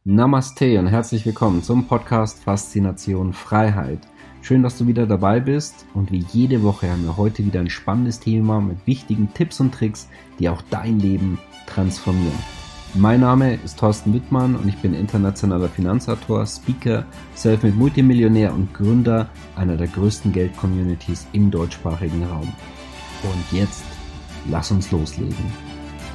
Namaste und herzlich willkommen zum Podcast Faszination Freiheit. Schön, dass du wieder dabei bist und wie jede Woche haben wir heute wieder ein spannendes Thema mit wichtigen Tipps und Tricks, die auch dein Leben transformieren. Mein Name ist Thorsten Wittmann und ich bin internationaler Finanzautor, Speaker, Selfmade Multimillionär und Gründer einer der größten Geld-Communities im deutschsprachigen Raum. Und jetzt, lass uns loslegen.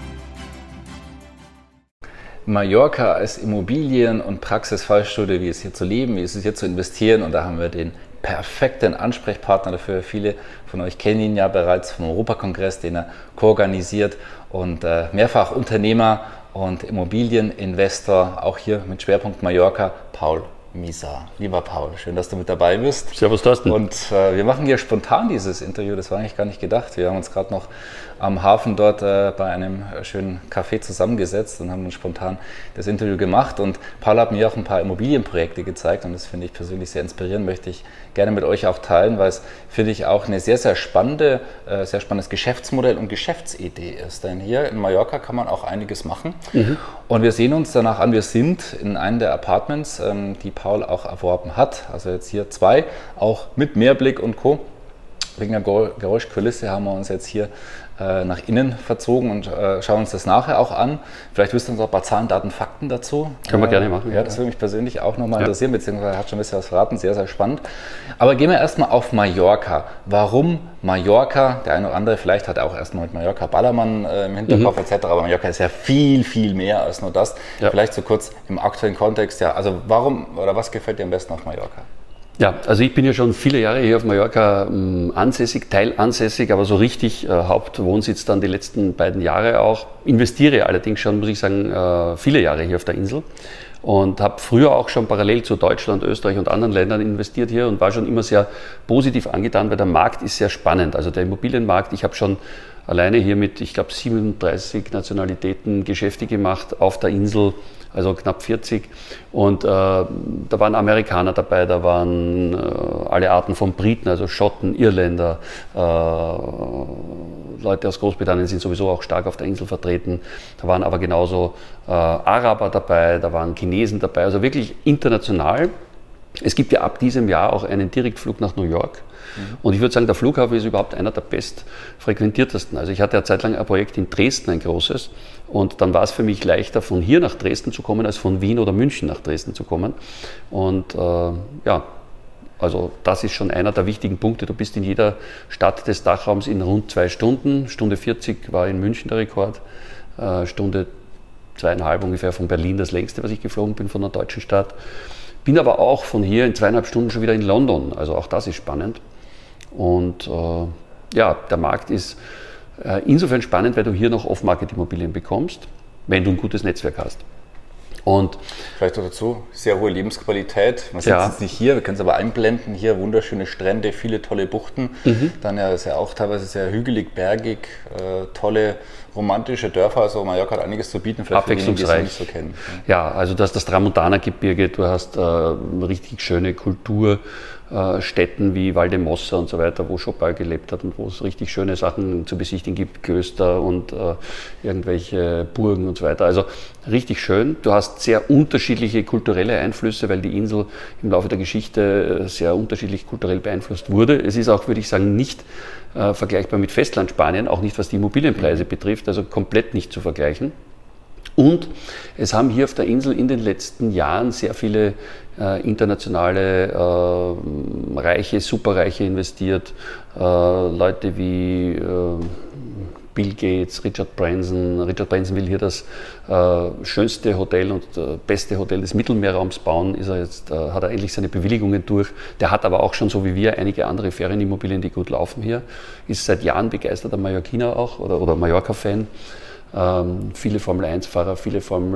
Mallorca als Immobilien- und Praxisfallstudie, wie es hier zu leben, wie es hier zu investieren. Und da haben wir den perfekten Ansprechpartner dafür. Viele von euch kennen ihn ja bereits vom Europakongress, den er koorganisiert, und mehrfach Unternehmer und Immobilieninvestor, auch hier mit Schwerpunkt Mallorca, Paul Misa. Lieber Paul, schön, dass du mit dabei bist. Servus Thorsten. Und wir machen hier spontan dieses Interview, das war eigentlich gar nicht gedacht. Wir haben uns gerade noch am Hafen dort bei einem schönen Café zusammengesetzt und haben dann spontan das Interview gemacht. Und Paul hat mir auch ein paar Immobilienprojekte gezeigt und das finde ich persönlich sehr inspirierend, möchte ich gerne mit euch auch teilen, weil es, finde ich, auch eine sehr spannendes Geschäftsmodell und Geschäftsidee ist. Denn hier in Mallorca kann man auch einiges machen. Und wir sehen uns danach an, wir sind in einem der Apartments, die Paul auch erworben hat. Also jetzt hier 2, auch mit Meerblick und Co. Wegen der Geräuschkulisse haben wir uns jetzt hier nach innen verzogen und schauen uns das nachher auch an. Vielleicht wirst du uns auch ein paar Zahlen, Daten, Fakten dazu. Können wir gerne machen. Ja, das würde mich persönlich auch nochmal interessieren, beziehungsweise hat schon ein bisschen was verraten, sehr spannend. Aber gehen wir erstmal auf Mallorca. Warum Mallorca? Der eine oder andere vielleicht hat auch erstmal mit Mallorca Ballermann im Hinterkopf etc., aber Mallorca ist ja viel mehr als nur das. Ja. Vielleicht so kurz im aktuellen Kontext, ja, also warum oder was gefällt dir am besten auf Mallorca? Ja, also ich bin ja schon viele Jahre hier auf Mallorca ansässig, teilansässig, aber so richtig Hauptwohnsitz dann die letzten beiden Jahre auch. Investiere allerdings schon, muss ich sagen, viele Jahre hier auf der Insel und habe früher auch schon parallel zu Deutschland, Österreich und anderen Ländern investiert hier und war schon immer sehr positiv angetan, weil der Markt ist sehr spannend. Also der Immobilienmarkt, ich habe schon alleine hier mit, ich glaube, 37 Nationalitäten Geschäfte gemacht auf der Insel, also knapp 40. Und da waren Amerikaner dabei, da waren alle Arten von Briten, also Schotten, Irländer, Leute aus Großbritannien sind sowieso auch stark auf der Insel vertreten. Da waren aber genauso Araber dabei, da waren Chinesen dabei, also wirklich international. Es gibt ja ab diesem Jahr auch einen Direktflug nach New York. Und ich würde sagen, der Flughafen ist überhaupt einer der bestfrequentiertesten. Also ich hatte ja zeitlang ein Projekt in Dresden, ein großes, und dann war es für mich leichter, von hier nach Dresden zu kommen, als von Wien oder München nach Dresden zu kommen. Und also das ist schon einer der wichtigen Punkte. Du bist in jeder Stadt des Dachraums in rund 2 Stunden. Stunde 40 war in München der Rekord, Stunde 2,5 ungefähr von Berlin das längste, was ich geflogen bin von einer deutschen Stadt. Bin aber auch von hier in 2,5 Stunden schon wieder in London, also auch das ist spannend. Und der Markt ist insofern spannend, weil du hier noch Off-Market-Immobilien bekommst, wenn du ein gutes Netzwerk hast. Und vielleicht auch dazu, sehr hohe Lebensqualität. Man sieht es jetzt nicht hier, wir können es aber einblenden. Hier wunderschöne Strände, viele tolle Buchten. Dann ist ja auch teilweise sehr hügelig, bergig, tolle romantische Dörfer. Also Mallorca hat einiges zu bieten, vielleicht für diejenigen, die es nicht so kennen. Ja, also du hast das Tramontana-Gebirge, du hast richtig schöne Kulturstätten wie Valdemossa und so weiter, wo Chopin gelebt hat und wo es richtig schöne Sachen zu besichtigen gibt, Klöster und irgendwelche Burgen und so weiter. Also richtig schön. Du hast sehr unterschiedliche kulturelle Einflüsse, weil die Insel im Laufe der Geschichte sehr unterschiedlich kulturell beeinflusst wurde. Es ist auch, würde ich sagen, nicht vergleichbar mit Festland-Spanien, auch nicht was die Immobilienpreise betrifft, also komplett nicht zu vergleichen. Und es haben hier auf der Insel in den letzten Jahren sehr viele internationale Reiche, Superreiche investiert, Leute wie Bill Gates, Richard Branson. Richard Branson will hier das schönste Hotel und beste Hotel des Mittelmeerraums bauen. Hat er endlich seine Bewilligungen durch. Der hat aber auch schon, so wie wir, einige andere Ferienimmobilien, die gut laufen hier. Ist seit Jahren begeisterter Mallorquiner auch oder Mallorca-Fan. Viele Formel-1-Fahrer, viele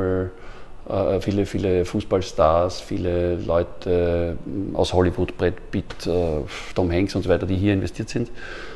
Fußballstars, viele Leute aus Hollywood, Brad Pitt, Tom Hanks und so weiter, die hier investiert sind.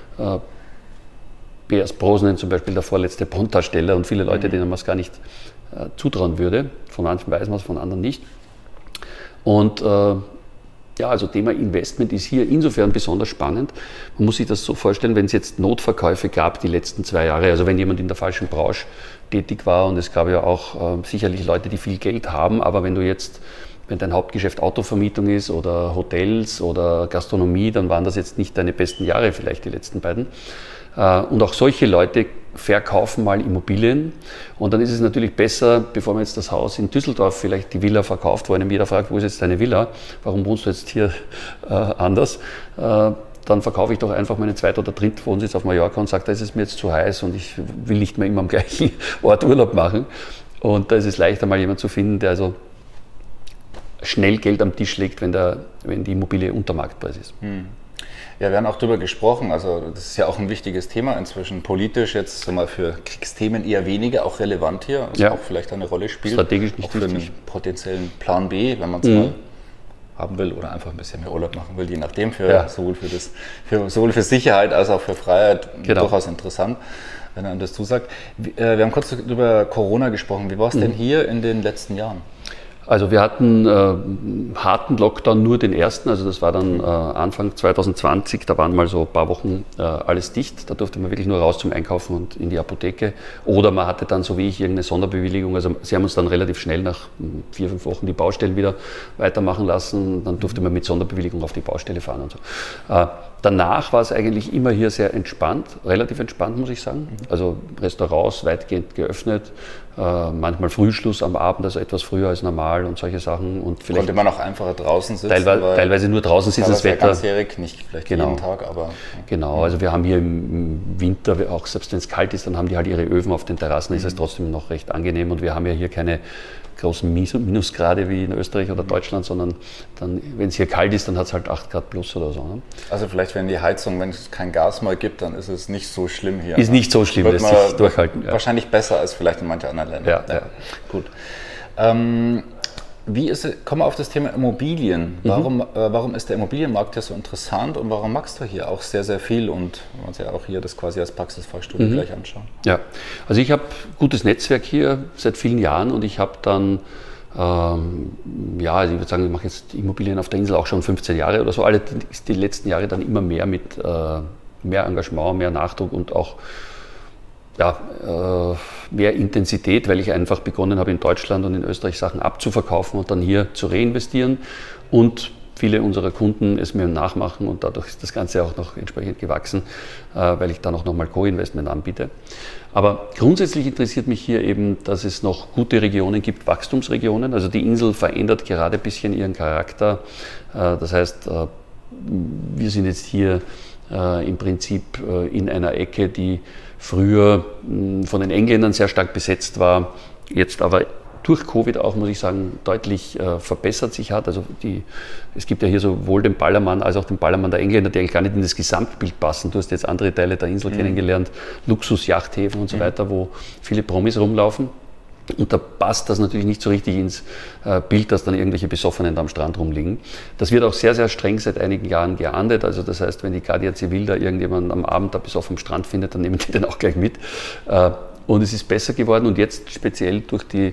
Pierce Brosnan zum Beispiel, der vorletzte Bond-Darsteller und viele Leute, denen man es gar nicht zutrauen würde. Von manchen weiß man es, von anderen nicht. Und Ja, also Thema Investment ist hier insofern besonders spannend. Man muss sich das so vorstellen, wenn es jetzt Notverkäufe gab die letzten 2 Jahre, also wenn jemand in der falschen Branche tätig war, und es gab ja auch sicherlich Leute, die viel Geld haben, aber wenn dein Hauptgeschäft Autovermietung ist oder Hotels oder Gastronomie, dann waren das jetzt nicht deine besten Jahre, vielleicht die letzten beiden. Und auch solche Leute verkaufen mal Immobilien, und dann ist es natürlich besser, bevor man jetzt das Haus in Düsseldorf, vielleicht die Villa verkauft, wo einem jeder fragt, wo ist jetzt deine Villa, warum wohnst du jetzt hier anders, dann verkaufe ich doch einfach meinen Zweit- oder Drittwohnsitz auf Mallorca und sage, da ist es mir jetzt zu heiß und ich will nicht mehr immer am gleichen Ort Urlaub machen. Und da ist es leichter, mal jemanden zu finden, der also schnell Geld am Tisch legt, wenn die Immobilie unter Marktpreis ist. Ja, wir haben auch darüber gesprochen, also das ist ja auch ein wichtiges Thema inzwischen, politisch jetzt mal für Kriegsthemen eher weniger, auch relevant hier, also auch vielleicht eine Rolle spielt. Strategisch nicht auch für einen potenziellen Plan B, wenn man es mal haben will oder einfach ein bisschen mehr Urlaub machen will, je nachdem, sowohl für Sicherheit als auch für Freiheit durchaus interessant, wenn er das zusagt. Wir haben kurz über Corona gesprochen. Wie war es denn hier in den letzten Jahren? Also wir hatten harten Lockdown, nur den ersten, also das war dann Anfang 2020, da waren mal so ein paar Wochen alles dicht, da durfte man wirklich nur raus zum Einkaufen und in die Apotheke, oder man hatte dann, so wie ich, irgendeine Sonderbewilligung, also sie haben uns dann relativ schnell nach 4-5 Wochen die Baustellen wieder weitermachen lassen, dann durfte man mit Sonderbewilligung auf die Baustelle fahren und so. Danach war es eigentlich immer hier sehr entspannt, relativ entspannt, muss ich sagen. Also Restaurants weitgehend geöffnet, manchmal Frühschluss am Abend, also etwas früher als normal und solche Sachen. Und vielleicht konnte man auch einfacher draußen sitzen? Teilweise nur draußen sitzen, das Wetter. Ganzjährig, nicht vielleicht jeden Tag, aber... Genau, also wir haben hier im Winter, auch selbst wenn es kalt ist, dann haben die halt ihre Öfen auf den Terrassen, ist es trotzdem noch recht angenehm, und wir haben ja hier keine großen Minusgrade wie in Österreich oder Deutschland, sondern dann, wenn es hier kalt ist, dann hat es halt 8 Grad plus oder so. Ne? Also vielleicht, wenn die Heizung, wenn es kein Gas mehr gibt, dann ist es nicht so schlimm hier. Ist nicht so schlimm, lässt sich durchhalten. Wahrscheinlich besser als vielleicht in manchen anderen Ländern. Ja. Gut. Kommen wir auf das Thema Immobilien. Warum ist der Immobilienmarkt hier so interessant und warum machst du hier auch sehr, sehr viel, und wir uns ja auch hier das quasi als Praxisfallstudie gleich anschauen? Ja, also ich habe ein gutes Netzwerk hier seit vielen Jahren, und ich habe dann, also ich würde sagen, ich mache jetzt Immobilien auf der Insel auch schon 15 Jahre oder so, die letzten Jahre dann immer mehr mit mehr Engagement, mehr Nachdruck und auch mehr Intensität, weil ich einfach begonnen habe, in Deutschland und in Österreich Sachen abzuverkaufen und dann hier zu reinvestieren, und viele unserer Kunden es mir nachmachen, und dadurch ist das Ganze auch noch entsprechend gewachsen, weil ich dann auch nochmal Co-Investment anbiete. Aber grundsätzlich interessiert mich hier eben, dass es noch gute Regionen gibt, Wachstumsregionen. Also die Insel verändert gerade ein bisschen ihren Charakter. Das heißt, wir sind jetzt hier im Prinzip in einer Ecke, die früher von den Engländern sehr stark besetzt war, jetzt aber durch Covid auch, muss ich sagen, deutlich verbessert sich hat. Also es gibt ja hier sowohl den Ballermann als auch den Ballermann der Engländer, die eigentlich gar nicht in das Gesamtbild passen. Du hast jetzt andere Teile der Insel kennengelernt, Luxus-Yachthäfen und so weiter, wo viele Promis rumlaufen. Und da passt das natürlich nicht so richtig ins Bild, dass dann irgendwelche Besoffenen da am Strand rumliegen. Das wird auch sehr, sehr streng seit einigen Jahren geahndet. Also das heißt, wenn die Guardia Civil da irgendjemanden am Abend da besoffen am Strand findet, dann nehmen die den auch gleich mit. Und es ist besser geworden, und jetzt speziell durch die,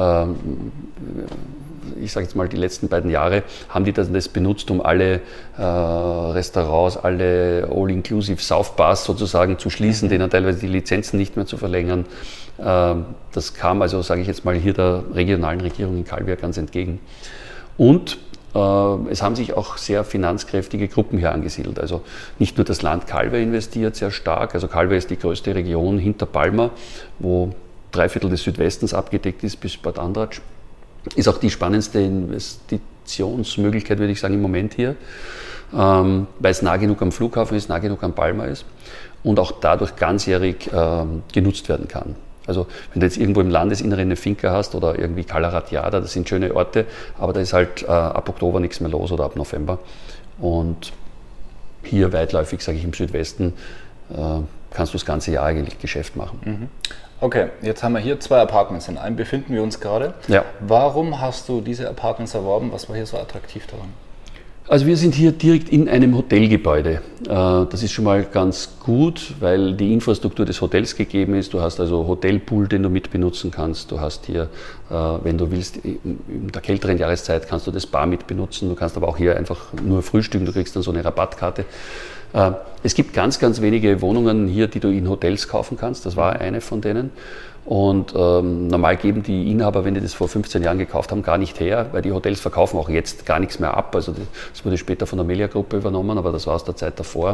ich sage jetzt mal die letzten beiden Jahre, haben die das benutzt, um alle Restaurants, alle All-Inclusive South-Bars sozusagen zu schließen, denen teilweise die Lizenzen nicht mehr zu verlängern. Das kam also, sage ich jetzt mal, hier der regionalen Regierung in Calvia ganz entgegen. Und es haben sich auch sehr finanzkräftige Gruppen hier angesiedelt. Also nicht nur das Land Calvia investiert sehr stark, also Calvia ist die größte Region hinter Palma, wo 3/4 des Südwestens abgedeckt ist bis Bad Andratsch. Ist auch die spannendste Investitionsmöglichkeit, würde ich sagen, im Moment hier, weil es nah genug am Flughafen ist, nah genug an Palma ist und auch dadurch ganzjährig genutzt werden kann. Also wenn du jetzt irgendwo im Landesinneren eine Finca hast oder irgendwie Calaratiada, das sind schöne Orte, aber da ist halt ab Oktober nichts mehr los oder ab November. Und hier weitläufig, sage ich, im Südwesten, kannst du das ganze Jahr eigentlich Geschäft machen. Okay, jetzt haben wir hier 2 Apartments. In einem befinden wir uns gerade. Ja. Warum hast du diese Apartments erworben? Was war hier so attraktiv daran? Also wir sind hier direkt in einem Hotelgebäude. Das ist schon mal ganz gut, weil die Infrastruktur des Hotels gegeben ist. Du hast also Hotelpool, den du mitbenutzen kannst. Du hast hier, wenn du willst, in der kälteren Jahreszeit kannst du das Bar mitbenutzen. Du kannst aber auch hier einfach nur frühstücken. Du kriegst dann so eine Rabattkarte. Es gibt ganz, ganz wenige Wohnungen hier, die du in Hotels kaufen kannst. Das war eine von denen. Und normal geben die Inhaber, wenn die das vor 15 Jahren gekauft haben, gar nicht her, weil die Hotels verkaufen auch jetzt gar nichts mehr ab. Also das wurde später von der Melia-Gruppe übernommen, aber das war aus der Zeit davor.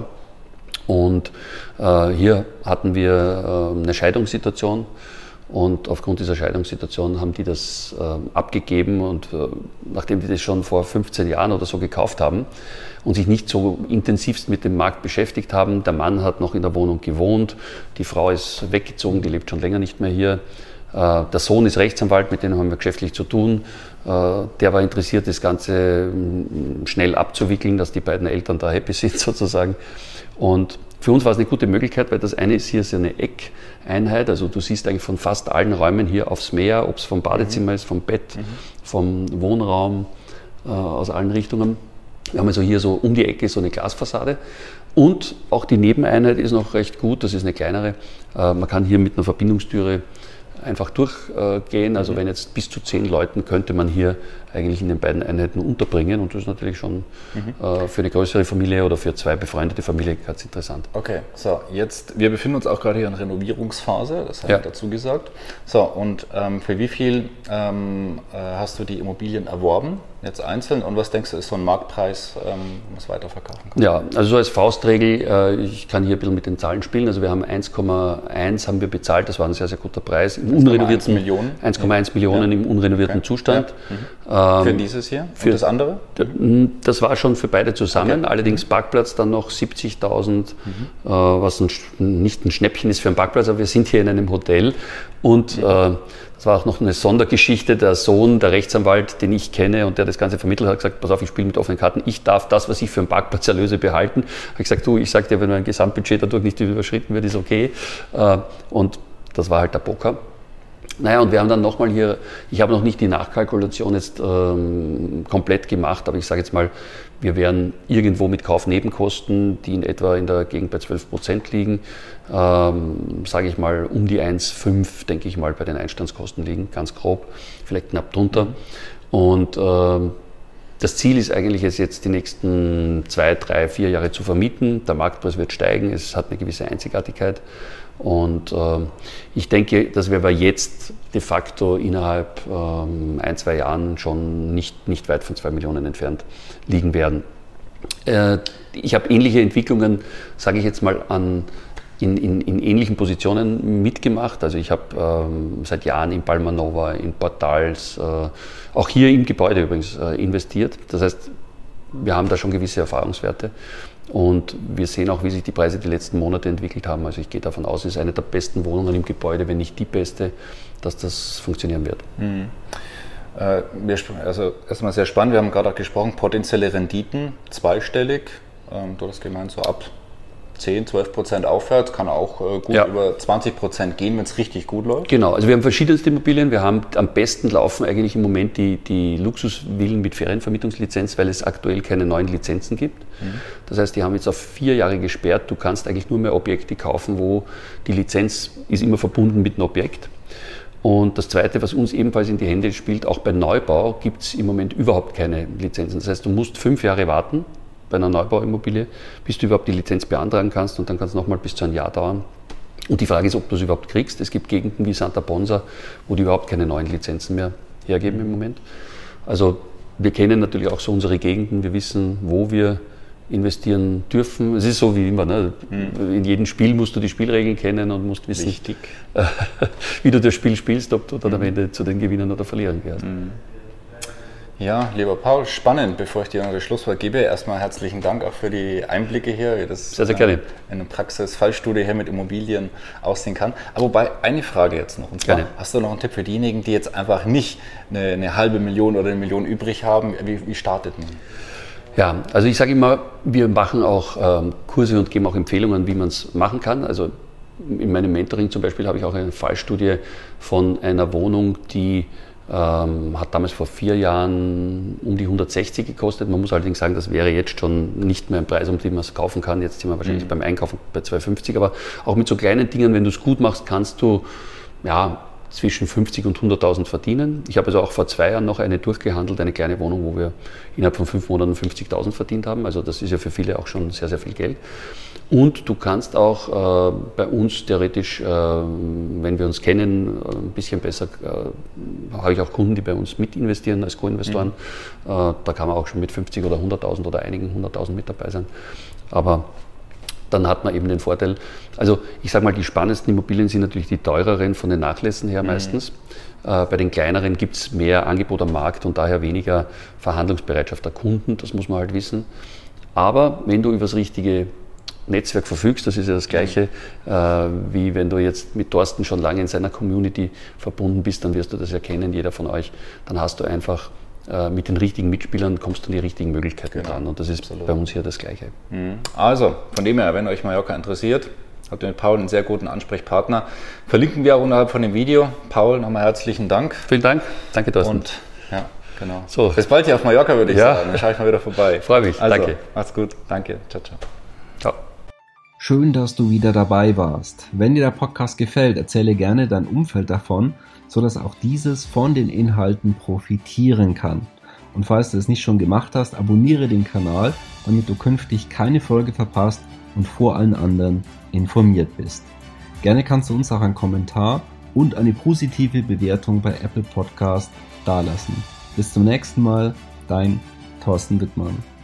Und hier hatten wir eine Scheidungssituation. Und aufgrund dieser Scheidungssituation haben die das abgegeben und nachdem die das schon vor 15 Jahren oder so gekauft haben und sich nicht so intensivst mit dem Markt beschäftigt haben, der Mann hat noch in der Wohnung gewohnt, die Frau ist weggezogen, die lebt schon länger nicht mehr hier, der Sohn ist Rechtsanwalt, mit dem haben wir geschäftlich zu tun, der war interessiert, das Ganze schnell abzuwickeln, dass die beiden Eltern da happy sind sozusagen. Und für uns war es eine gute Möglichkeit, weil das eine ist hier so eine Eckeinheit, also du siehst eigentlich von fast allen Räumen hier aufs Meer, ob es vom Badezimmer ist, vom Bett, vom Wohnraum, aus allen Richtungen. Wir haben also hier so um die Ecke so eine Glasfassade und auch die Nebeneinheit ist noch recht gut, das ist eine kleinere. Man kann hier mit einer Verbindungstüre einfach durchgehen, also wenn jetzt bis zu 10 Leuten könnte man hier eigentlich in den beiden Einheiten unterbringen und das ist natürlich schon für eine größere Familie oder für 2 befreundete Familien ganz interessant. Okay, so jetzt, wir befinden uns auch gerade hier in Renovierungsphase, das habe ich dazu gesagt. So, und für wie viel hast du die Immobilien erworben, jetzt einzeln und was denkst du ist so ein Marktpreis, wenn man es weiterverkaufen kann? Ja, also so als Faustregel, ich kann hier ein bisschen mit den Zahlen spielen, also wir haben 1,1 haben wir bezahlt, das war ein sehr, sehr guter Preis, im unrenovierten 1,1 Millionen im unrenovierten Zustand. Für dieses hier? Für das andere? Das war schon für beide zusammen, allerdings Parkplatz dann noch 70.000, was nicht ein Schnäppchen ist für einen Parkplatz, aber wir sind hier in einem Hotel und das war auch noch eine Sondergeschichte, der Sohn, der Rechtsanwalt, den ich kenne und der das Ganze vermittelt hat, gesagt, pass auf, ich spiele mit offenen Karten, ich darf das, was ich für einen Parkplatz erlöse, behalten. Ich gesagt, du, ich sag dir, wenn mein Gesamtbudget dadurch nicht überschritten wird, ist okay. Und das war halt der Poker. Naja, und wir haben dann nochmal hier, ich habe noch nicht die Nachkalkulation jetzt komplett gemacht, aber ich sage jetzt mal, wir wären irgendwo mit Kaufnebenkosten, die in etwa in der Gegend bei 12% liegen, sage ich mal um die 1,5, denke ich mal, bei den Einstandskosten liegen, ganz grob, vielleicht knapp drunter. Und das Ziel ist eigentlich, es jetzt die nächsten 2, 3, 4 Jahre zu vermieten. Der Marktpreis wird steigen, es hat eine gewisse Einzigartigkeit. Und ich denke, dass wir aber jetzt de facto innerhalb 1, 2 Jahren schon nicht weit von 2 Millionen entfernt liegen werden. Ich habe ähnliche Entwicklungen, sage ich jetzt mal, in ähnlichen Positionen mitgemacht. Also ich habe seit Jahren in Palma Nova, in Portals, auch hier im Gebäude übrigens investiert. Das heißt, wir haben da schon gewisse Erfahrungswerte. Und wir sehen auch, wie sich die Preise die letzten Monate entwickelt haben. Also ich gehe davon aus, es ist eine der besten Wohnungen im Gebäude, wenn nicht die beste, dass das funktionieren wird. Also erstmal sehr spannend, wir haben gerade auch gesprochen, potenzielle Renditen, zweistellig, du hast gemeint so ab 10-12% aufwärts, kann auch gut über 20% gehen, wenn es richtig gut läuft. Genau, also wir haben verschiedenste Immobilien. Wir haben am besten laufen eigentlich im Moment die Luxusvillen mit Ferienvermietungslizenz, weil es aktuell keine neuen Lizenzen gibt. Das heißt, die haben jetzt auf 4 Jahre gesperrt. Du kannst eigentlich nur mehr Objekte kaufen, wo die Lizenz ist immer verbunden mit einem Objekt. Und das Zweite, was uns ebenfalls in die Hände spielt, auch bei Neubau gibt es im Moment überhaupt keine Lizenzen. Das heißt, du musst 5 Jahre warten bei einer Neubauimmobilie, bis du überhaupt die Lizenz beantragen kannst und dann kann es nochmal bis zu 1 Jahr dauern. Und die Frage ist, ob du es überhaupt kriegst. Es gibt Gegenden wie Santa Ponsa, wo die überhaupt keine neuen Lizenzen mehr hergeben im Moment. Also wir kennen natürlich auch so unsere Gegenden, wir wissen, wo wir investieren dürfen. Es ist so wie immer, ne? In jedem Spiel musst du die Spielregeln kennen und musst wissen, wie du das Spiel spielst, ob du dann am Ende zu den Gewinnern oder Verlierern gehörst. Ja, lieber Paul, spannend, bevor ich dir noch das Schlusswort gebe. Erstmal herzlichen Dank auch für die Einblicke hier, wie das sehr, sehr gerne. In der Praxis-Fallstudie hier mit Immobilien aussehen kann. Aber wobei, eine Frage jetzt noch. Und zwar, hast du noch einen Tipp für diejenigen, die jetzt einfach nicht eine halbe Million oder 1 Million übrig haben? Wie startet man? Ja, also ich sage immer, wir machen auch Kurse und geben auch Empfehlungen, wie man es machen kann. Also in meinem Mentoring zum Beispiel habe ich auch eine Fallstudie von einer Wohnung, die Hat damals vor 4 Jahren um die 160 gekostet. Man muss allerdings sagen, das wäre jetzt schon nicht mehr ein Preis, um den man es kaufen kann. Jetzt sind wir wahrscheinlich beim Einkaufen bei 250. Aber auch mit so kleinen Dingen, wenn du es gut machst, kannst du zwischen 50 und 100.000 verdienen. Ich habe also auch vor 2 Jahren noch eine durchgehandelt, eine kleine Wohnung, wo wir innerhalb von 5 Monaten 50.000 verdient haben. Also das ist ja für viele auch schon sehr, sehr viel Geld. Und du kannst auch bei uns theoretisch, wenn wir uns kennen, ein bisschen besser, habe ich auch Kunden, die bei uns mit investieren als Co-Investoren. Da kann man auch schon mit 50 oder 100.000 oder einigen 100.000 mit dabei sein. Aber dann hat man eben den Vorteil, also ich sage mal, die spannendsten Immobilien sind natürlich die teureren von den Nachlässen her meistens. Bei den kleineren gibt es mehr Angebot am Markt und daher weniger Verhandlungsbereitschaft der Kunden, das muss man halt wissen. Aber wenn du über das richtige Netzwerk verfügst, das ist ja das Gleiche, wie wenn du jetzt mit Thorsten schon lange in seiner Community verbunden bist, dann wirst du das erkennen, jeder von euch, dann hast du einfach mit den richtigen Mitspielern kommst du an die richtigen Möglichkeiten dran und das ist bei uns hier das Gleiche. Also, von dem her, wenn euch Mallorca interessiert, habt ihr mit Paul einen sehr guten Ansprechpartner. Verlinken wir auch unterhalb von dem Video. Paul, nochmal herzlichen Dank. Vielen Dank. Danke, Thorsten. Und ja, genau. So. Bis bald hier auf Mallorca, würde ich sagen. Dann schaue ich mal wieder vorbei. Freue mich. Also, danke. Macht's gut. Danke. Ciao, ciao. Ciao. Schön, dass du wieder dabei warst. Wenn dir der Podcast gefällt, erzähle gerne dein Umfeld davon, sodass auch dieses von den Inhalten profitieren kann. Und falls du es nicht schon gemacht hast, abonniere den Kanal, damit du künftig keine Folge verpasst und vor allen anderen informiert bist. Gerne kannst du uns auch einen Kommentar und eine positive Bewertung bei Apple Podcast dalassen. Bis zum nächsten Mal, dein Thorsten Wittmann.